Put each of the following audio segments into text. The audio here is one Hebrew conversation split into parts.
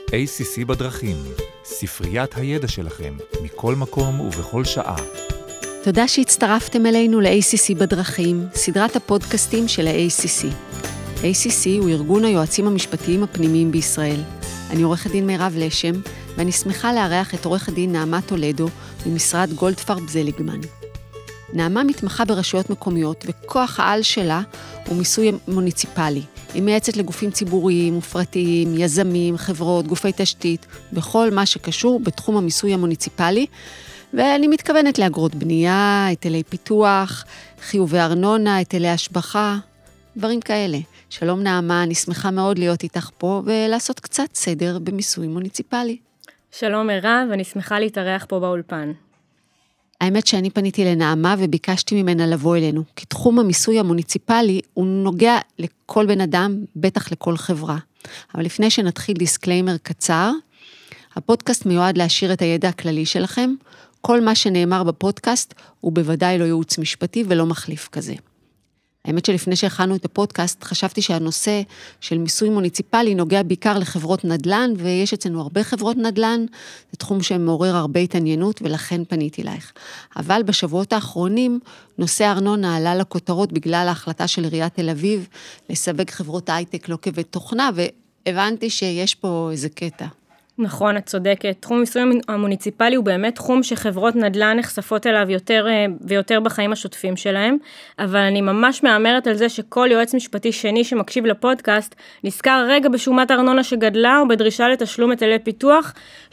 ACC בדרכים, ספריית הידע שלכם, מכל מקום ובכל שעה. תודה שהצטרפתם אלינו ל-ACC בדרכים, סדרת הפודקאסטים של ה-ACC. ACC הוא ארגון היועצים המשפטיים הפנימיים בישראל. אני עורכת דין מירב לשם, ואני שמחה לארח את עורכת דין נעמה טולדו ממשרד גולדפרב זליגמן. נעמה מתמחה ברשויות מקומיות, וכוח העל שלה הוא מיסוי מוניציפלי. היא מייעצת לגופים ציבוריים ופרטיים, יזמים, חברות, גופי תשתית, בכל מה שקשור בתחום המיסוי המוניציפלי, ואני מתכוונת לאגרות בנייה, היטלי פיתוח, חיובי ארנונה, היטלי השבחה, דברים כאלה. שלום נעמה, אני שמחה מאוד להיות איתך פה ולעשות קצת סדר במיסוי מוניציפלי. שלום מירב, אני שמחה להתארח פה באולפן. האמת שאני פניתי לנעמה וביקשתי ממנה לבוא אלינו, כי תחום המיסוי המוניציפלי הוא נוגע לכל בן אדם, בטח לכל חברה. אבל לפני שנתחיל דיסקליימר קצר, הפודקאסט מיועד להשאיר את הידע הכללי שלכם, כל מה שנאמר בפודקאסט הוא בוודאי לא ייעוץ משפטי ולא מחליף כזה. האמת שלפני שהכנו את הפודקאסט, חשבתי שהנושא של מיסוי מוניציפלי נוגע בעיקר לחברות נדל"ן, ויש אצלנו הרבה חברות נדל"ן, זה תחום שמעורר הרבה התעניינות, ולכן פניתי אלייך. אבל בשבועות האחרונים, נושא הארנונה עלה לכותרות בגלל ההחלטה של עיריית תל אביב, לסווג חברות הייטק לא כבד תוכנה, והבנתי שיש פה איזה קטע. נכון, את צודקת. תחום המיסוי המוניציפלי הוא באמת תחום שחברות נדל"ן נחשפות אליו יותר ויותר בחיים השוטפים שלהם, אבל אני ממש מאמרת על זה שכל יועץ משפטי שני שמקשיב לפודקאסט, נזכר רגע בשומת הארנונה שגדלה, או בדרישה לתשלום היטלי פיתוח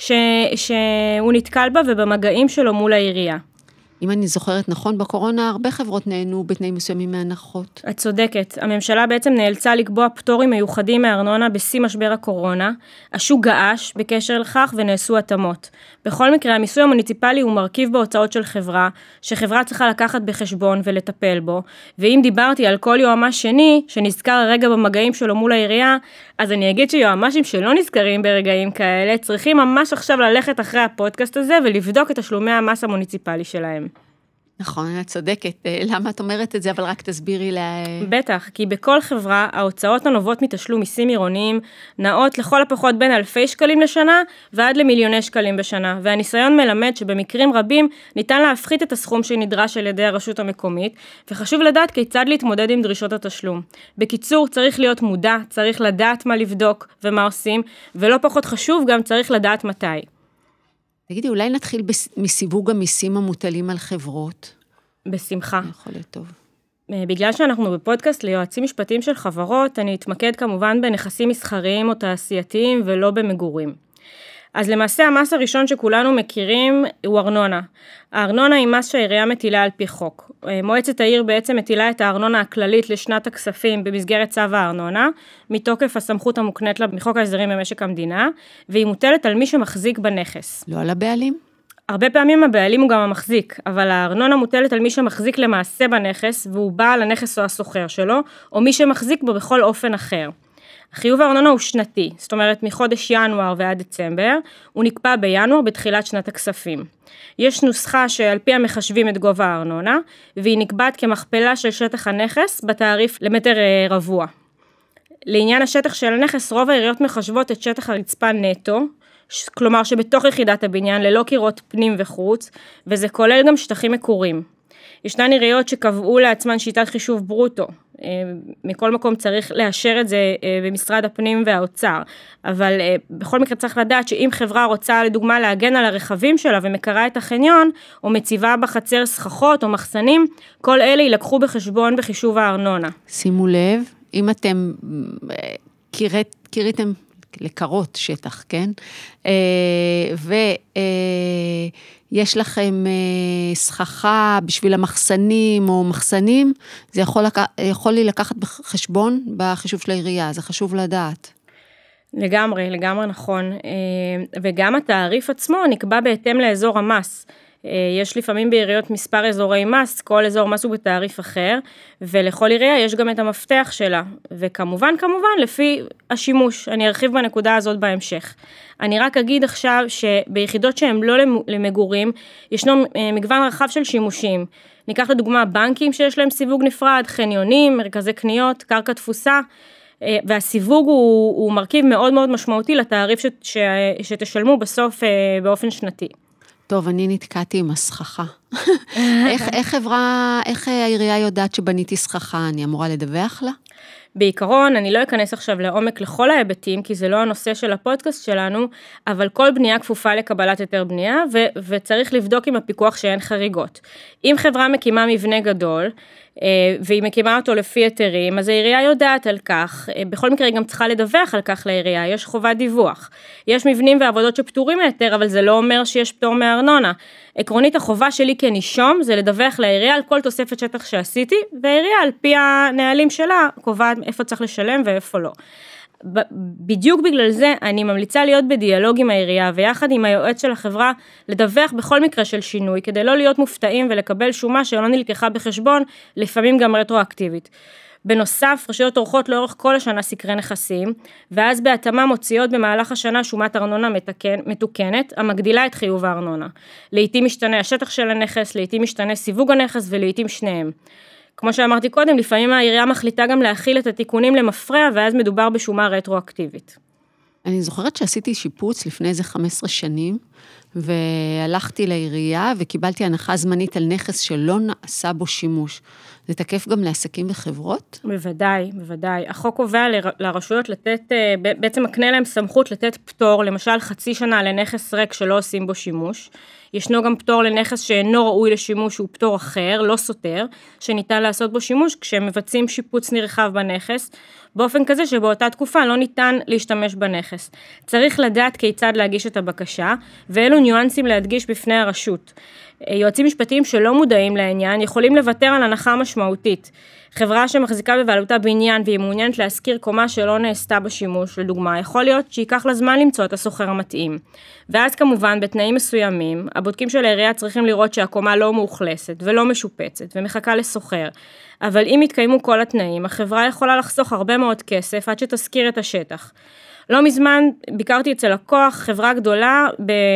שהוא נתקל בה ובמגעים שלו מול העירייה. אם אני זוכרת נכון, בקורונה הרבה חברות נהנו בתנאים מסוימים מהנחות. את צודקת. הממשלה בעצם נאלצה לקבוע פטורים מיוחדים מארנונה בשיא משבר הקורונה. השוק געש בקשר לכך ונעשו התאמות. בכל מקרה, המיסוי המוניציפלי הוא מרכיב בהוצאות של חברה, שחברה צריכה לקחת בחשבון ולטפל בו. ואם דיברתי על כל יועמ"ש שני, שנזכר הרגע במגעים שלו מול העירייה, אז אני אגיד שיועמ"שים שלא נזכרים ברגעים כאלה, צריכים ממש עכשיו ללכת אחרי הפודקאסט הזה ולבדוק את תשלומי המס המוניציפלי שלהם. נכון, את צודקת. למה את אומרת את זה? אבל רק תסבירי בטח, כי בכל חברה, ההוצאות הנובעות מתשלום מיסים עירוניים, נעות לכל הפחות בין אלפי שקלים לשנה, ועד למיליוני שקלים בשנה. והניסיון מלמד שבמקרים רבים, ניתן להפחית את הסכום שנדרש על ידי הרשות המקומית, וחשוב לדעת כיצד להתמודד עם דרישות התשלום. בקיצור, צריך להיות מודע, צריך לדעת מה לבדוק ומה עושים, ולא פחות חשוב, גם צריך לדעת מתי. תגידי, אולי נתחיל מסיווג המיסים המוטלים על חברות? בשמחה. יכול להיות טוב. בגלל שאנחנו בפודקאסט ליועצים משפטיים של חברות, אני אתמקד כמובן בנכסים מסחריים או תעשייתיים ולא במגורים. אז למעשה המס הראשון שכולנו מכירים הוא ארנונה. הארנונה היא מס שהעירייה מטילה על פי חוק. מועצת העיר בעצם מטילה את הארנונה הכללית לשנת הכספים במסגרת צו הארנונה, מתוקף הסמכות המוקנית לה מחוק ההסדרים במשק המדינה, והיא מוטלת על מי שמחזיק בנכס. לא על הבעלים? הרבה פעמים הבעלים הוא גם המחזיק, אבל הארנונה מוטלת על מי שמחזיק למעשה בנכס, והוא בעל הנכס או הסוחר שלו, או מי שמחזיק בו בכל אופן אחר. חיוב הארנונה הוא שנתי, זאת אומרת מחודש ינואר ועד דצמבר, הוא נקבע בינואר בתחילת שנת הכספים. יש נוסחה שעל פי המחשבים את גובה הארנונה, והיא נקבעת כמכפלה של שטח הנכס בתעריף למטר רבוע. לעניין השטח של הנכס, רוב העיריות מחשבות את שטח הרצפה נטו, כלומר שבתוך יחידת הבניין ללא קירות פנים וחוץ, וזה כולל גם שטחים מקורים. ישנן עיריות שקבעו לעצמן שיטת חישוב ברוטו, מכל מקום צריך לאשר את זה במשרד הפנים והאוצר, אבל בכל מקרה צריך לדעת שאם חברה רוצה לדוגמה להגן על הרכבים שלה ומקרה את החניון, או מציבה בחצר סככות או מחסנים, כל אלה ילקחו בחשבון בחישוב הארנונה. שימו לב, אם אתם קיריתם לקרות שטח, כן? ויש לכם סככה בשביל המחסנים או מחסנים, זה יכול לי לקחת בחשבון בחישוב של העירייה, זה חשוב לדעת. לגמרי נכון. וגם התעריף עצמו נקבע בהתאם לאזור המס. יש לפעמים בעיריות מספר אזורי מס, כל אזור מס הוא בתעריף אחר, ולכל עירייה יש גם את המפתח שלה, וכמובן לפי השימוש, אני ארחיב בנקודה הזאת בהמשך. אני רק אגיד עכשיו שביחידות שהן לא למגורים, ישנו מגוון רחב של שימושים. ניקח לדוגמה בנקים שיש להם סיווג נפרד, חניונים, מרכזי קניות, קרקע תפוסה, והסיווג הוא מרכיב מאוד מאוד משמעותי לתעריף שתשלמו בסוף באופן שנתי. טוב, אני נתקעתי עם הסככה. איך העירייה יודעת שבניתי סככה? אני אמורה לדווח לה? בעיקרון, אני לא אכנס עכשיו לעומק לכל ההיבטים, כי זה לא הנושא של הפודקאסט שלנו, אבל כל בנייה כפופה לקבלת היתר בנייה, וצריך לבדוק עם הפיקוח שאין חריגות. אם חברה מקימה מבנה גדול, והיא מקימה אותו לפי היתרים, אז העירייה יודעת על כך, בכל מקרה היא גם צריכה לדווח על כך לעירייה, יש חובת דיווח. יש מבנים ועבודות שפטורים מהיתר, אבל זה לא אומר שיש פטור מארנונה. עקרונית החובה שלי כנישום, זה לדווח לעירייה על כל תוספת שטח שעשיתי, והעירייה על פי הנהלים שלה, קובעת איפה צריך לשלם ואיפה לא. בדיוק בגלל זה אני ממליצה להיות בדיאלוג עם העירייה ויחד עם היועץ של החברה לדווח בכל מקרה של שינוי כדי לא להיות מופתעים ולקבל שומה שלא נלקחה בחשבון, לפעמים גם רטרואקטיבית. בנוסף, רשויות עורכות לאורך כל השנה סקרי נכסים, ואז בהתאמה מוציאות במהלך השנה שומת ארנונה מתוקנת, המגדילה את חיוב הארנונה. לעתים משתנה השטח של הנכס, לעתים משתנה סיווג הנכס ולעתים שניהם. כמו שאמרתי קודם, לפעמים העירייה מחליטה גם להכיל את התיקונים למפרע, ואז מדובר בשומה רטרואקטיבית. אני זוכרת שעשיתי שיפוץ לפני איזה 15 שנים, והלכתי לעירייה וקיבלתי הנחה זמנית על נכס שלא נעשה בו שימוש. זה תקף גם לעסקים וחברות? בוודאי, בוודאי. החוק קובע לרשויות לתת, בעצם מקנה להם סמכות לתת פטור, למשל חצי שנה לנכס ריק שלא עושים בו שימוש. ישנו גם פטור לנכס שאינו ראוי לשימוש, הוא פטור אחר, לא סותר, שניתן לעשות בו שימוש כשהם מבצעים שיפוץ נרחב בנכס, באופן כזה שבאותה תקופה לא ניתן להשתמש בנכס. צריך לדעת כיצד להגיש את הבקשה, ואלו ניואנסים להדגיש בפני הרשות. יועצים משפטיים שלא מודעים לעניין יכולים לוותר על הנחה משמעותית. חברה שמחזיקה בבעלותה בניין והיא מעוניינת להשכיר קומה שלא נעשתה בשימוש, לדוגמה, יכול להיות שייקח לה זמן למצוא את הסוחר המתאים. ואז כמובן, בתנאים מסוימים, הבודקים של העירייה צריכים לראות שהקומה לא מאוכלסת ולא משופצת ומחכה לסוחר. אבל אם יתקיימו כל התנאים, החברה יכולה לחסוך הרבה מאוד כסף עד שתשכיר את השטח. לא מזמן ביקרתי אצל לקוח, חברה גדולה,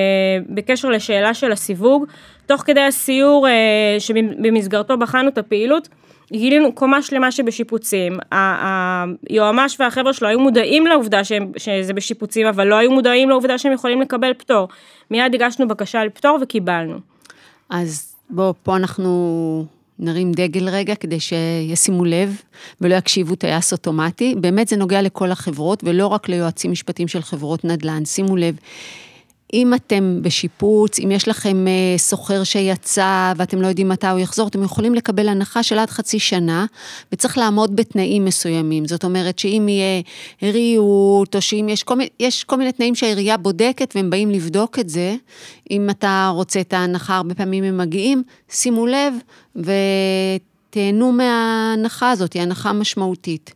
בקשר לשאלה של הסיווג, תוך כדי הסיור שבמסגרתו בחנו את הפעילות, גילינו קומה שלמה שבשיפוצים, היועמ"ש והחבר'ה שלו היו מודעים לעובדה שזה בשיפוצים, אבל לא היו מודעים לעובדה שהם יכולים לקבל פטור. מיד הגשנו בקשה לפטור וקיבלנו. אז פה אנחנו נרים דגל רגע, כדי שישימו לב ולא יקשיבו טייס אוטומטי. באמת זה נוגע לכל החברות, ולא רק ליועצים משפטיים של חברות נדל"ן. שימו לב, אם אתם בשיפוץ, אם יש לכם סוחר שיצא, ואתם לא יודעים מתי הוא יחזור, אתם יכולים לקבל הנחה של עד חצי שנה, וצריך לעמוד בתנאים מסוימים. זאת אומרת שאם יהיה ריהוט, או שאם יש כל מיני תנאים שהעירייה בודקת, והם באים לבדוק את זה, אם אתה רוצה את ההנחה, הרבה פעמים הם מגיעים, שימו לב, ותהנו מההנחה הזאת, היא הנחה משמעותית.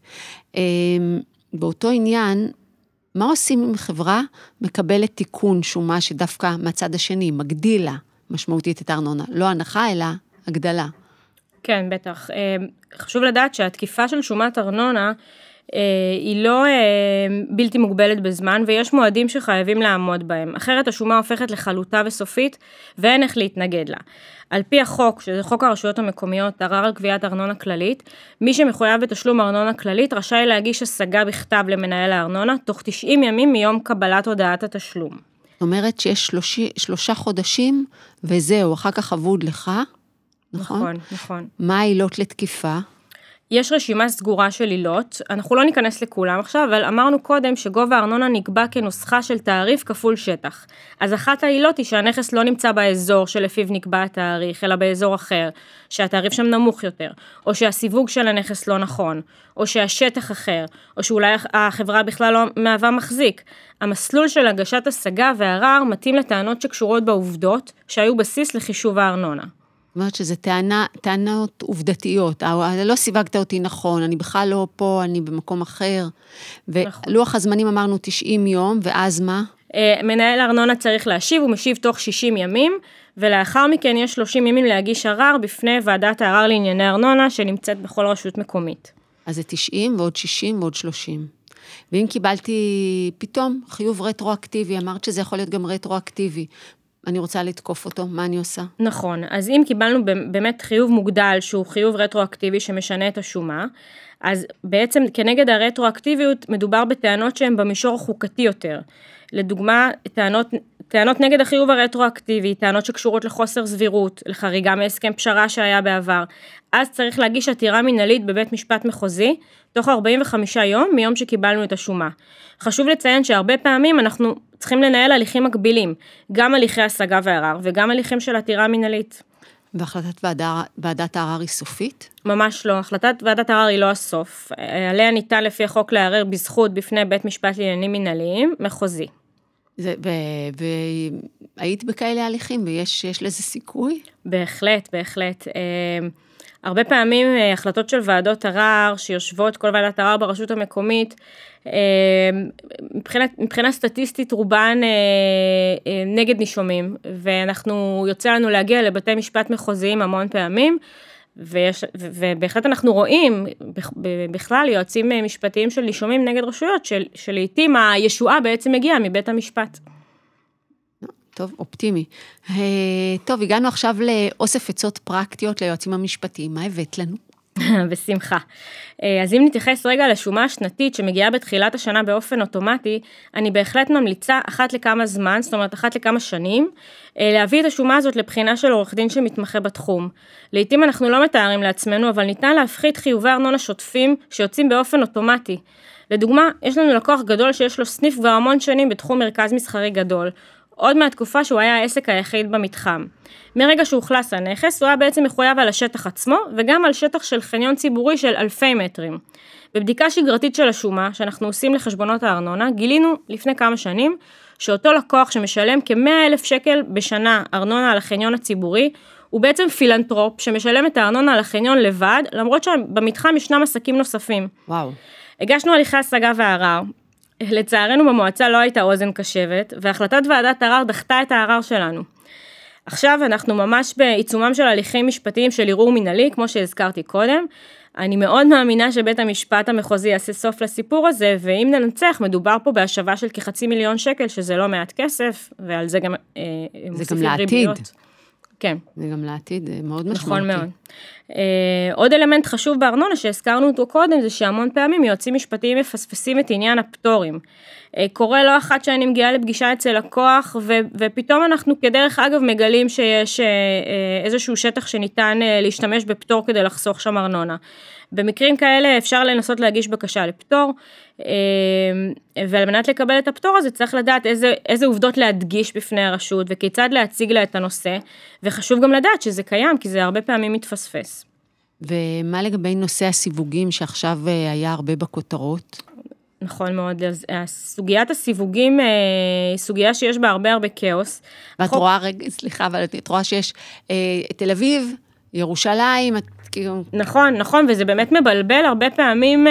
באותו עניין, מה עושים אם חברה מקבלת תיקון שומה שדווקא מהצד השני מגדילה משמעותית את הארנונה? לא הנחה, אלא הגדלה. כן, בטח. חשוב לדעת שהתקיפה של שומת ארנונה היא לא בלתי מוגבלת בזמן, ויש מועדים שחייבים לעמוד בהם. אחרת השומה הופכת לחלוטה וסופית, ואין איך להתנגד לה. על פי החוק, שזה חוק הרשויות המקומיות, ערר על קביעת ארנונה כללית, מי שמחויב בתשלום ארנונה כללית, רשאי להגיש השגה בכתב למנהל הארנונה, תוך 90 ימים מיום קבלת הודעת התשלום. זאת אומרת שיש 3 חודשים, וזהו, אחר כך עבוד לך, נכון? נכון, נכון. מה העילות לתקיפה? יש רשימה סגורה של עילות, אנחנו לא ניכנס לכולם עכשיו, אבל אמרנו קודם שגובה הארנונה נקבע כנוסחה של תעריף כפול שטח. אז אחת העילות היא שהנכס לא נמצא באזור שלפיו נקבע התעריף, אלא באזור אחר, שהתעריף שם נמוך יותר, או שהסיווג של הנכס לא נכון, או שהשטח אחר, או שאולי החברה בכלל לא מהווה מחזיק. המסלול של הגשת השגה והערר מתאים לטענות שקשורות בעובדות, שהיו בסיס לחישוב הארנונה. זאת אומרת שזה טענות עובדתיות, לא סיווגת אותי נכון, אני בכלל לא פה, אני במקום אחר, ולוח הזמנים אמרנו 90 יום, ואז מה? מנהל הארנונה צריך להשיב, הוא משיב תוך 60 ימים, ולאחר מכן יש 30 ימים להגיש ערר בפני ועדת הערר לענייני ארנונה, שנמצאת בכל רשות מקומית. אז זה 90 ועוד 60 ועוד 30. ואם קיבלתי פתאום חיוב רטרואקטיבי, אמרת שזה יכול להיות גם רטרואקטיבי, אני רוצה לתקוף אותו, מה אני עושה? נכון, אז אם קיבלנו באמת חיוב מוגדל, שהוא חיוב רטרואקטיבי שמשנה את השומה, אז בעצם כנגד הרטרואקטיביות מדובר בטענות שהן במישור חוקתי יותר. לדוגמה, טענות נגד החיוב הרטרואקטיבי, טענות שקשורות לחוסר סבירות, לחריגה מהסכם פשרה שהיה בעבר, אז צריך להגיש עתירה מנהלית בבית משפט מחוזי, תוך 45 יום מיום שקיבלנו את השומה. חשוב לציין שהרבה פעמים אנחנו צריכים לנהל הליכים מקבילים, גם הליכי השגה וערר, וגם הליכים של עתירה מנהלית. והחלטת ועדת הערר היא סופית? ממש לא, החלטת ועדת הערר היא לא הסוף, עליה ניתן לפי החוק לערער בזכות בפני בית משפט לעניינים מנהליים מחוזי. והיית בכאלה הליכים ויש לזה סיכוי? בהחלט, בהחלט. הרבה פעמים החלטות של ועדות ערר שיושבות כל ועדת ערר ברשות המקומית, מבחינה סטטיסטית רובן נגד נישומים, ואנחנו יוצא לנו להגיע לבתי משפט מחוזיים המון פעמים, ובהחלט אנחנו רואים בכלל יועצים משפטיים של נישומים נגד רשויות, שלעיתים הישועה בעצם מגיעה מבית המשפט. טוב, אופטימי. טוב, הגענו עכשיו לאוסף עצות פרקטיות ליועצים המשפטיים. מה הבאת לנו? בשמחה. אז אם נתייחס רגע לשומה השנתית שמגיעה בתחילת השנה באופן אוטומטי, אני בהחלט ממליצה אחת לכמה זמן, זאת אומרת אחת לכמה שנים, להביא את השומה הזאת לבחינה של עורך דין שמתמחה בתחום. לעתים אנחנו לא מתארים לעצמנו, אבל ניתן להפחית חיובי ארנונה שוטפים שיוצאים באופן אוטומטי. לדוגמה, יש לנו לקוח גדול שיש לו סניף כבר המון שנים בתחום מרכז מסחרי גדול, עוד מהתקופה שהוא היה העסק היחיד במתחם. מרגע שהוכלס הנכס, הוא היה בעצם מחויב על השטח עצמו, וגם על שטח של חניון ציבורי של אלפי מטרים. בבדיקה שגרתית של השומה, שאנחנו עושים לחשבונות הארנונה, גילינו לפני כמה שנים, שאותו לקוח שמשלם כ100,000 שקל בשנה ארנונה על החניון הציבורי, הוא בעצם פילנטרופ שמשלם את הארנונה על החניון לבד, למרות שבמתחם ישנם עסקים נוספים. וואו. הגשנו הליכי השגה וערר. לצערנו במועצה לא הייתה אוזן קשבת, והחלטת ועדת ערר דחתה את הערר שלנו. עכשיו אנחנו ממש בעיצומם של הליכים משפטיים של ערעור מנהלי, כמו שהזכרתי קודם. אני מאוד מאמינה שבית המשפט המחוזי יעשה סוף לסיפור הזה, ואם ננצח, מדובר פה בהשבה של כ500,000 שקל, שזה לא מעט כסף, ועל זה גם מוסיפים ריביות. כן. זה גם לעתיד, מאוד משמעותי. נכון מאוד. עוד אלמנט חשוב בארנונה שהזכרנו אותו קודם, זה שהמון פעמים יועצים משפטיים מפספסים את עניין הפטורים. קורה לא אחת שאני מגיעה לפגישה אצל לקוח, ופתאום אנחנו כדרך אגב מגלים שיש איזשהו שטח שניתן להשתמש בפטור כדי לחסוך שם ארנונה. במקרים כאלה אפשר לנסות להגיש בקשה לפטור, ועל מנת לקבל את הפטור הזה צריך לדעת איזה עובדות להדגיש בפני הרשות, וכיצד להציג לה את הנושא, וחשוב גם לדעת שזה קיים, כי זה הרבה פעמים מתפספס. ומה לגבי נושא הסיווגים שעכשיו היה הרבה בכותרות? נכון מאוד, אז סוגיית הסיווגים היא סוגיה שיש בה הרבה כאוס. ואת רואה, סליחה, אבל את רואה שיש תל אביב, ירושלים, נכון, וזה באמת מבלבל הרבה פעמים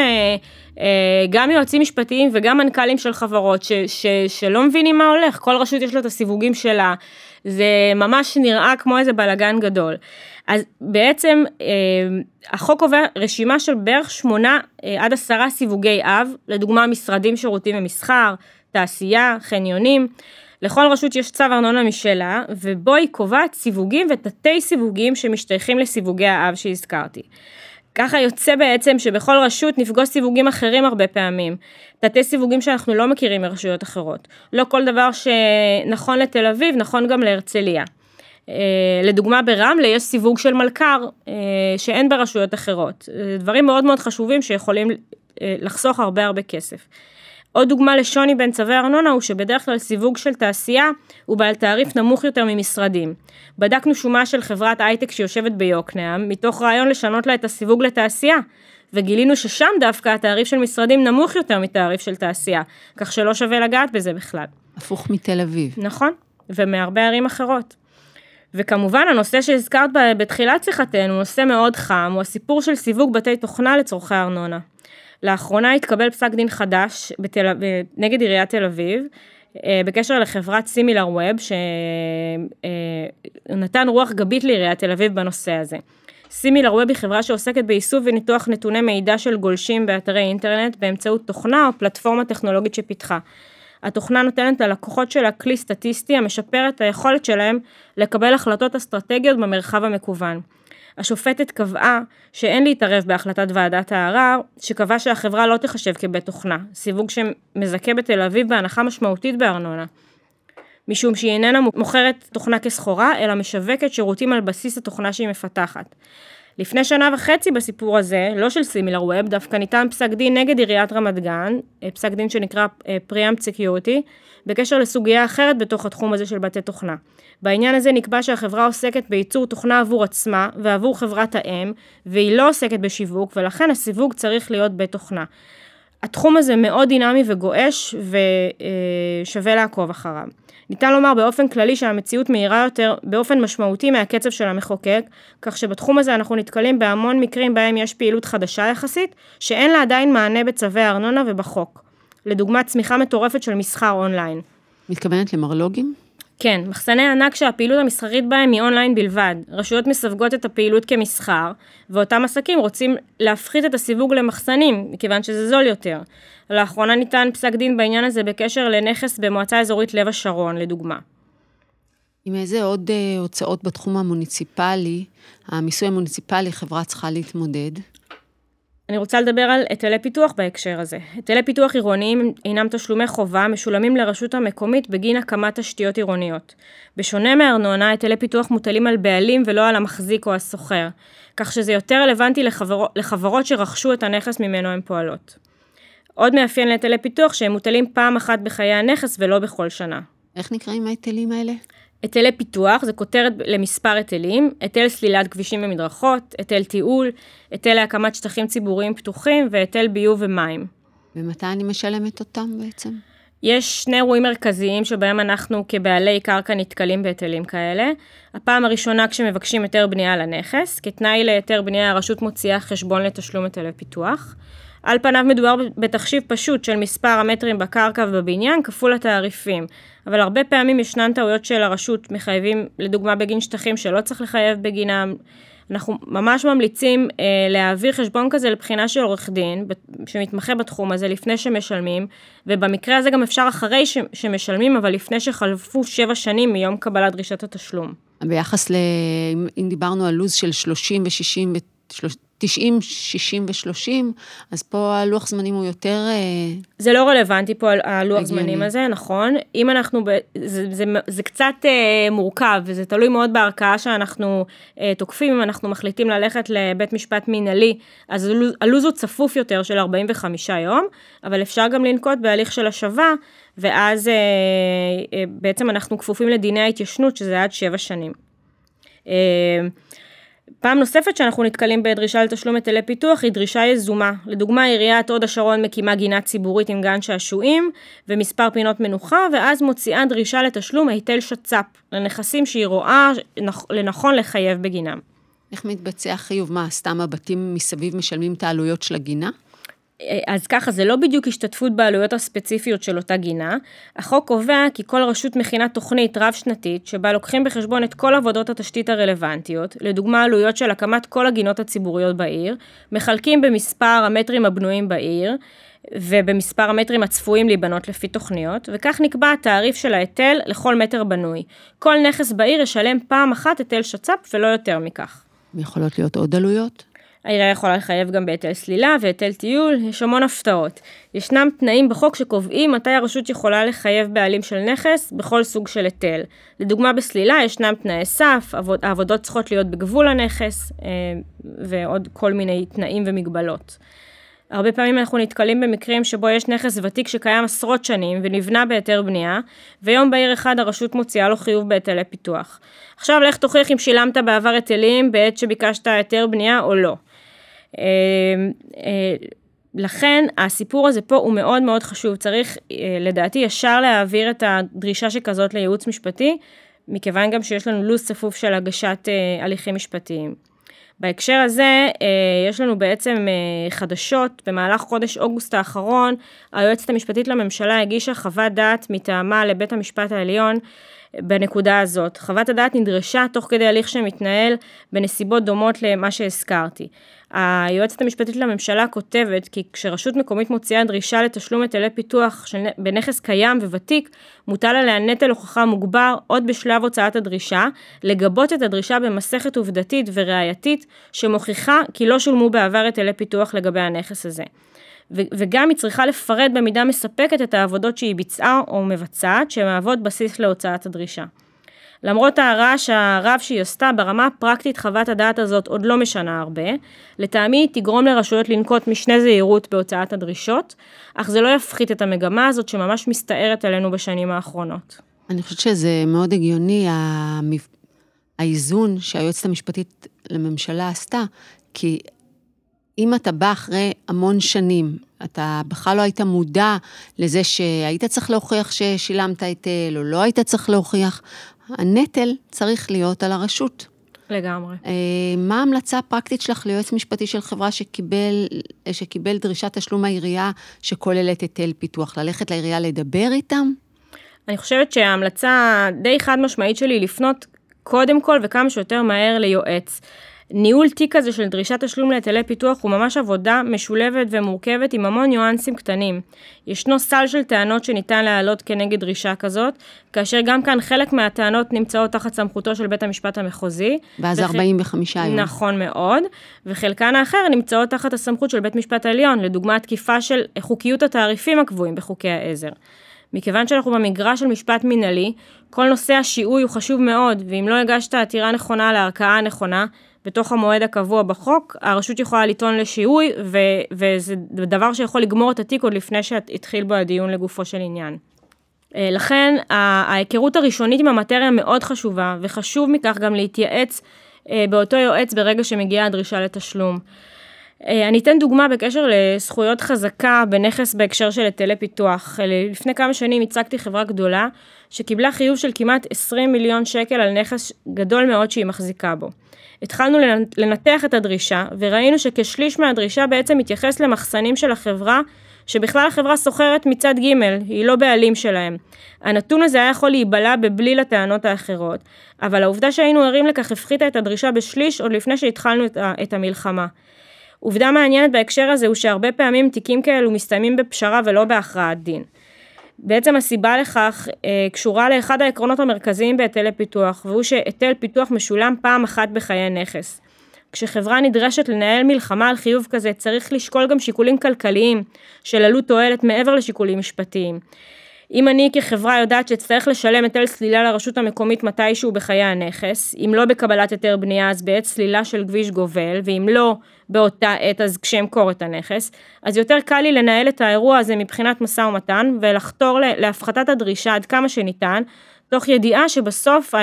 גם יועצים משפטיים וגם מנכ"לים של חברות שלא מבינים מה הולך, כל רשות יש לה את הסיווגים שלה, זה ממש נראה כמו איזה בלגן גדול. אז בעצם החוק קובע רשימה של בערך 8 עד 10 סיווגי אב, לדוגמה משרדים, שירותים ומסחר, תעשייה, חניונים, לכל רשות יש צו ארנונה משלה, ובו היא קובעת סיווגים ותתי סיווגים שמשתייכים לסיווגי האב שהזכרתי. ככה יוצא בעצם שבכל רשות נפגוש סיווגים אחרים הרבה פעמים, תתי סיווגים שאנחנו לא מכירים מרשויות אחרות. לא כל דבר שנכון לתל אביב, נכון גם להרצליה. לדוגמה ברמלה יש סיווג של מלכר שאין ברשויות אחרות. דברים מאוד מאוד חשובים שיכולים לחסוך הרבה כסף. עוד דוגמה לשוני בין צווי ארנונה הוא שבדרך כלל סיווג של תעשייה הוא בעל תעריף נמוך יותר ממשרדים. בדקנו שומה של חברת הייטק שיושבת ביוקנעם, מתוך רעיון לשנות לה את הסיווג לתעשייה, וגילינו ששם דווקא התעריף של משרדים נמוך יותר מתעריף של תעשייה, כך שלא שווה לגעת בזה בכלל. הפוך מתל אביב. נכון, ומהרבה ערים אחרות. וכמובן הנושא שהזכרת בתחילת שיחתנו הוא נושא מאוד חם, הוא הסיפור של סיווג בתי תוכנה לצורכי ארנונה. לאחרונה התקבל פסק דין חדש נגד עיריית תל אביב, בקשר לחברת סימילר ווב, שנתן רוח גבית לעיריית תל אביב בנושא הזה. סימילר ווב היא חברה שעוסקת באיסוף וניתוח נתוני מידע של גולשים באתרי אינטרנט, באמצעות תוכנה או פלטפורמה טכנולוגית שפיתחה. התוכנה נותנת ללקוחות שלה כלי סטטיסטי המשפר את היכולת שלהם לקבל החלטות אסטרטגיות במרחב המקוון. השופטת קבעה שאין להתערב בהחלטת ועדת הערר, שקבעה שהחברה לא תחשב כבית תוכנה, סיווג שמזכה בתל אביב בהנחה משמעותית בארנונה. משום שהיא איננה מוכרת תוכנה כסחורה, אלא משווקת שירותים על בסיס התוכנה שהיא מפתחת. לפני 1.5 שנה בסיפור הזה, לא של SimilarWeb, דווקא ניתן פסק דין נגד עיריית רמת גן, פסק דין שנקרא Preempt Security, בקשר לסוגיה אחרת בתוך התחום הזה של בתי תוכנה. בעניין הזה נקבע שהחברה עוסקת בייצור תוכנה עבור עצמה ועבור חברת האם, והיא לא עוסקת בשיווק, ולכן הסיווג צריך להיות בית תוכנה. התחום הזה מאוד דינמי וגואש, ושווה לעקוב אחריו. ניתן לומר באופן כללי שהמציאות מהירה יותר באופן משמעותי מהקצב של המחוקק, כך שבתחום הזה אנחנו נתקלים בהמון מקרים בהם יש פעילות חדשה יחסית, שאין לה עדיין מענה בצווי הארנונה ובחוק. לדוגמה, צמיחה מטורפת של מסחר אונליין. מתכוונת למרלוגים? כן, מחסני ענק שהפעילות המסחרית בהם היא אונליין בלבד. רשויות מסווגות את הפעילות כמסחר, ואותם עסקים רוצים להפחית את הסיווג למחסנים, מכיוון שזה זול יותר. לאחרונה ניתן פסק דין בעניין הזה בקשר לנכס במועצה אזורית לב השרון, לדוגמה. עם איזה עוד הוצאות בתחום המוניציפלי, המיסוי המוניציפלי, חברה צריכה להתמודד? אני רוצה לדבר על היטלי פיתוח בהקשר הזה. היטלי פיתוח עירוניים אינם תשלומי חובה, משולמים לרשות המקומית בגין הקמת תשתיות עירוניות. בשונה מארנונה, היטלי פיתוח מוטלים על בעלים ולא על המחזיק או הסוחר, כך שזה יותר רלוונטי לחברות שרכשו את הנכס ממנו הם פועלות. עוד מאפיין להיטלי פיתוח שהם מוטלים פעם אחת בחיי הנכס ולא בכל שנה. איך נקראים ההיטלים האלה? היטלי פיתוח, זה כותרת למספר היטלים, היטל סלילת כבישים ומדרכות, היטל טיול, היטל להקמת שטחים ציבוריים פתוחים, והיטל ביוב ומים. ומתי אני משלמת אותם בעצם? יש 2 אירועים מרכזיים שבהם אנחנו כבעלי קרקע נתקלים בהיטלים כאלה. הפעם הראשונה כשמבקשים היתר בנייה לנכס, כתנאי להיתר בנייה הרשות מוציאה חשבון לתשלום היטלי פיתוח. על פניו מדובר בתחשיב פשוט של מספר המטרים בקרקע ובבניין כפול התעריפים, אבל הרבה פעמים ישנן טעויות של הרשות מחייבים, לדוגמה בגין שטחים שלא צריך לחייב בגינם. אנחנו ממש ממליצים להעביר חשבון כזה לבחינה של עורך דין, שמתמחה בתחום הזה לפני שמשלמים, ובמקרה הזה גם אפשר אחרי שמשלמים, אבל לפני שחלפו 7 שנים מיום קבלת דרישת התשלום. ביחס אם דיברנו על לוז של 30 ו-60 90, 60 ו-30, אז פה הלוח זמנים הוא יותר... זה לא רלוונטי פה הלוח זמנים הזה, נכון? אם אנחנו, זה קצת מורכב, וזה תלוי מאוד בערכאה שאנחנו תוקפים, אם אנחנו מחליטים ללכת לבית משפט מנהלי, אז הלוז הוא צפוף יותר של 45 יום, אבל אפשר גם לנקוט בהליך של השבה, ואז בעצם אנחנו כפופים לדיני ההתיישנות, שזה עד 7 שנים. פעם נוספת שאנחנו נתקלים בדרישה לתשלום היטלי פיתוח היא דרישה יזומה. לדוגמה, עיריית הוד השרון מקימה גינה ציבורית עם גן שעשועים ומספר פינות מנוחה, ואז מוציאה דרישה לתשלום היטל שצ"פ לנכסים שהיא רואה לנכון לחייב בגינם. איך מתבצע חיוב? מה, סתם הבתים מסביב משלמים את העלויות של הגינה? אז ככה, זה לא בדיוק השתתפות בעלויות הספציפיות של אותה גינה. החוק קובע כי כל רשות מכינה תוכנית רב-שנתית, שבה לוקחים בחשבון את כל עבודות התשתית הרלוונטיות, לדוגמה עלויות של הקמת כל הגינות הציבוריות בעיר, מחלקים במספר המטרים הבנויים בעיר, ובמספר המטרים הצפויים להיבנות לפי תוכניות, וכך נקבע התעריף של ההיטל לכל מטר בנוי. כל נכס בעיר ישלם פעם אחת היטל שצ"פ ולא יותר מכך. יכולות להיות עוד עלויות? העירייה יכולה לחייב גם בהיטל סלילה והיטל טיול, יש המון הפתעות. ישנם תנאים בחוק שקובעים מתי הרשות יכולה לחייב בעלים של נכס בכל סוג של היטל. לדוגמה בסלילה ישנם תנאי סף, העבודות צריכות להיות בגבול הנכס, ועוד כל מיני תנאים ומגבלות. הרבה פעמים אנחנו נתקלים במקרים שבו יש נכס ותיק שקיים עשרות שנים ונבנה בהיתר בנייה, ויום בהיר אחד הרשות מוציאה לו חיוב בהיטלי פיתוח. עכשיו לך תוכיח אם שילמת בעבר היטלים בעת שביקשת היתר בנייה או לא. לכן הסיפור הזה פה הוא מאוד מאוד חשוב, צריך לדעתי ישר להעביר את הדרישה שכזאת לייעוץ משפטי, מכיוון גם שיש לנו לו"ז צפוף של הגשת הליכים משפטיים. בהקשר הזה יש לנו בעצם חדשות, במהלך חודש אוגוסט האחרון, היועצת המשפטית לממשלה הגישה חוות דעת מטעמה לבית המשפט העליון בנקודה הזאת. חוות הדעת נדרשה תוך כדי הליך שמתנהל בנסיבות דומות למה שהזכרתי. היועצת המשפטית לממשלה כותבת כי כשרשות מקומית מוציאה דרישה לתשלום היטלי פיתוח בנכס קיים וותיק, מוטל עליה נטל הוכחה מוגבר עוד בשלב הוצאת הדרישה, לגבות את הדרישה במסכת עובדתית וראייתית שמוכיחה כי לא שולמו בעבר היטלי פיתוח לגבי הנכס הזה. וגם היא צריכה לפרט במידה מספקת את העבודות שהיא ביצעה או מבצעת, שמהוות בסיס להוצאת הדרישה. למרות הרעש הרב שהיא עשתה, ברמה הפרקטית חוות הדעת הזאת עוד לא משנה הרבה, לטעמי היא תגרום לרשויות לנקוט משנה זהירות בהוצאת הדרישות, אך זה לא יפחית את המגמה הזאת שממש מסתערת עלינו בשנים האחרונות. אני חושבת שזה מאוד הגיוני, האיזון שהיועצת המשפטית לממשלה עשתה, כי אם אתה בא אחרי המון שנים, אתה בכלל לא היית מודע לזה שהיית צריך להוכיח ששילמת היטל, או לא היית צריך להוכיח, הנטל צריך להיות על הרשות. לגמרי. מה ההמלצה הפרקטית שלך ליועץ משפטי של חברה שקיבל דרישת תשלום העירייה שכוללת היטל פיתוח? ללכת לעירייה לדבר איתם? אני חושבת שההמלצה די חד משמעית שלי לפנות קודם כל וכמה שיותר מהר ליועץ. ניהול תיק הזה של דרישת תשלום להיטלי פיתוח הוא ממש עבודה משולבת ומורכבת עם המון ניואנסים קטנים. ישנו סל של טענות שניתן להעלות כנגד דרישה כזאת, כאשר גם כאן חלק מהטענות נמצאות תחת סמכותו של בית המשפט המחוזי. ואז 45 יום. נכון מאוד, וחלקן האחר נמצאות תחת הסמכות של בית משפט העליון, לדוגמה תקיפה של חוקיות התעריפים הקבועים בחוקי העזר. מכיוון שאנחנו במגרש של משפט מנהלי, כל נושא השיעוי הוא חשוב מאוד, ואם לא הגשת עתירה נכונה לערכאה הנכונה, בתוך המועד הקבוע בחוק, הרשות יכולה לטעון לשיעוי, וזה דבר שיכול לגמור את התיק עוד לפני שהתחיל בו הדיון לגופו של עניין. לכן, ההיכרות הראשונית עם המטריה מאוד חשובה, וחשוב מכך גם להתייעץ באותו יועץ ברגע שמגיעה הדרישה לתשלום. אני אתן דוגמה בקשר לזכויות חזקה בנכס בהקשר של היטלי פיתוח. לפני כמה שנים הצגתי חברה גדולה, שקיבלה חיוב של כמעט 20 מיליון שקל על נכס גדול מאוד שהיא מחזיקה בו. התחלנו לנתח את הדרישה, וראינו שכשליש מהדרישה בעצם מתייחס למחסנים של החברה, שבכלל החברה סוחרת מצד ג', היא לא בעלים שלהם. הנתון הזה היה יכול להיבלע בבליל הטענות האחרות, אבל העובדה שהיינו ערים לכך הפחיתה את הדרישה בשליש עוד לפני שהתחלנו את המלחמה. עובדה מעניינת בהקשר הזה הוא שהרבה פעמים תיקים כאלו מסתיימים בפשרה ולא בהכרעת דין. בעצם הסיבה לכך קשורה לאחד העקרונות המרכזיים בהיטלי פיתוח, והוא שהיטל פיתוח משולם פעם אחת בחיי נכס. כשחברה נדרשת לנהל מלחמה על חיוב כזה, צריך לשקול גם שיקולים כלכליים של עלות תועלת מעבר לשיקולים משפטיים. אם אני כחברה יודעת שצריך לשלם היטל סלילה לרשות המקומית מתישהו בחיי הנכס, אם לא בקבלת היתר בנייה אז בעת סלילה של כביש גובל, ואם לא באותה עת אז כשמכור את הנכס, אז יותר קל לי לנהל את האירוע הזה מבחינת משא ומתן, ולחתור להפחתת הדרישה עד כמה שניתן, תוך ידיעה שבסוף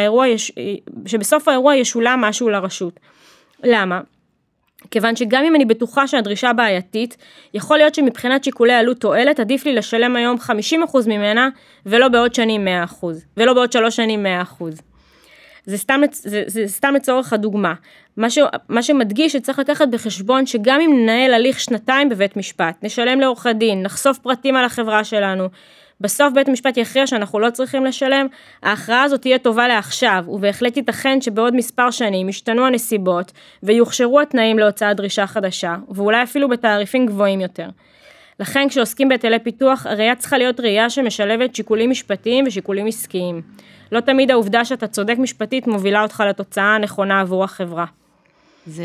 האירוע ישולם משהו לרשות. למה? כיוון שגם אם אני בטוחה שהדרישה בעייתית, יכול להיות שמבחינת שיקולי עלות תועלת, עדיף לי לשלם היום 50% ממנה, ולא בעוד שנים 100%, ולא בעוד 3 שנים 100%. זה סתם לצורך הדוגמה. מה שמדגיש שצריך לקחת בחשבון שגם אם ננהל הליך 2 בבית משפט, נשלם לעורכי דין, נחשוף פרטים על החברה שלנו, בסוף בית המשפט יכריע שאנחנו לא צריכים לשלם, ההכרעה הזאת תהיה טובה לעכשיו, ובהחלט ייתכן שבעוד מספר שנים ישתנו הנסיבות, ויוכשרו התנאים להוצאת דרישה חדשה, ואולי אפילו בתעריפים גבוהים יותר. לכן כשעוסקים בהיטלי פיתוח, הראייה צריכה להיות ראייה שמשלבת שיקולים משפטיים ושיקולים עסקיים. לא תמיד העובדה שאתה צודק משפטית מובילה אותך לתוצאה הנכונה עבור החברה. זה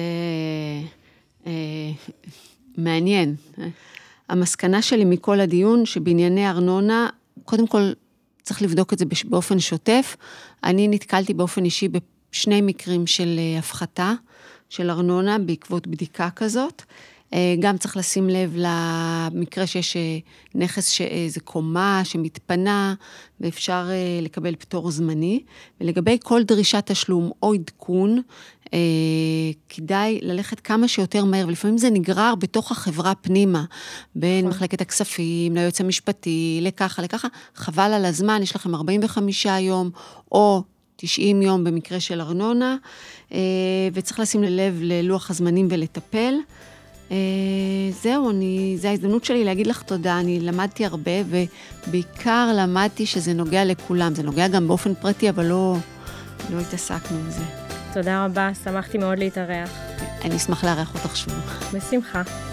מעניין. המסקנה שלי מכל הדיון, שבענייני ארנונה, קודם כל צריך לבדוק את זה באופן שוטף. אני נתקלתי באופן אישי בשני מקרים של הפחתה של ארנונה בעקבות בדיקה כזאת. גם צריך לשים לב למקרה שיש נכס שאיזו קומה שמתפנה, ואפשר לקבל פטור זמני. ולגבי כל דרישת תשלום או עדכון, כדאי ללכת כמה שיותר מהר, ולפעמים זה נגרר בתוך החברה פנימה, בין מחלקת הכספים, ליועץ המשפטי, לככה, חבל על הזמן, יש לכם 45 יום, או 90 יום במקרה של ארנונה, וצריך לשים לב ללוח הזמנים ולטפל. זהו, זה ההזדמנות שלי להגיד לך תודה, אני למדתי הרבה, ובעיקר למדתי שזה נוגע לכולם, זה נוגע גם באופן פרטי, אבל לא התעסקנו עם זה. תודה רבה, שמחתי מאוד להתארח. אני אשמח לארח אותך שוב. בשמחה.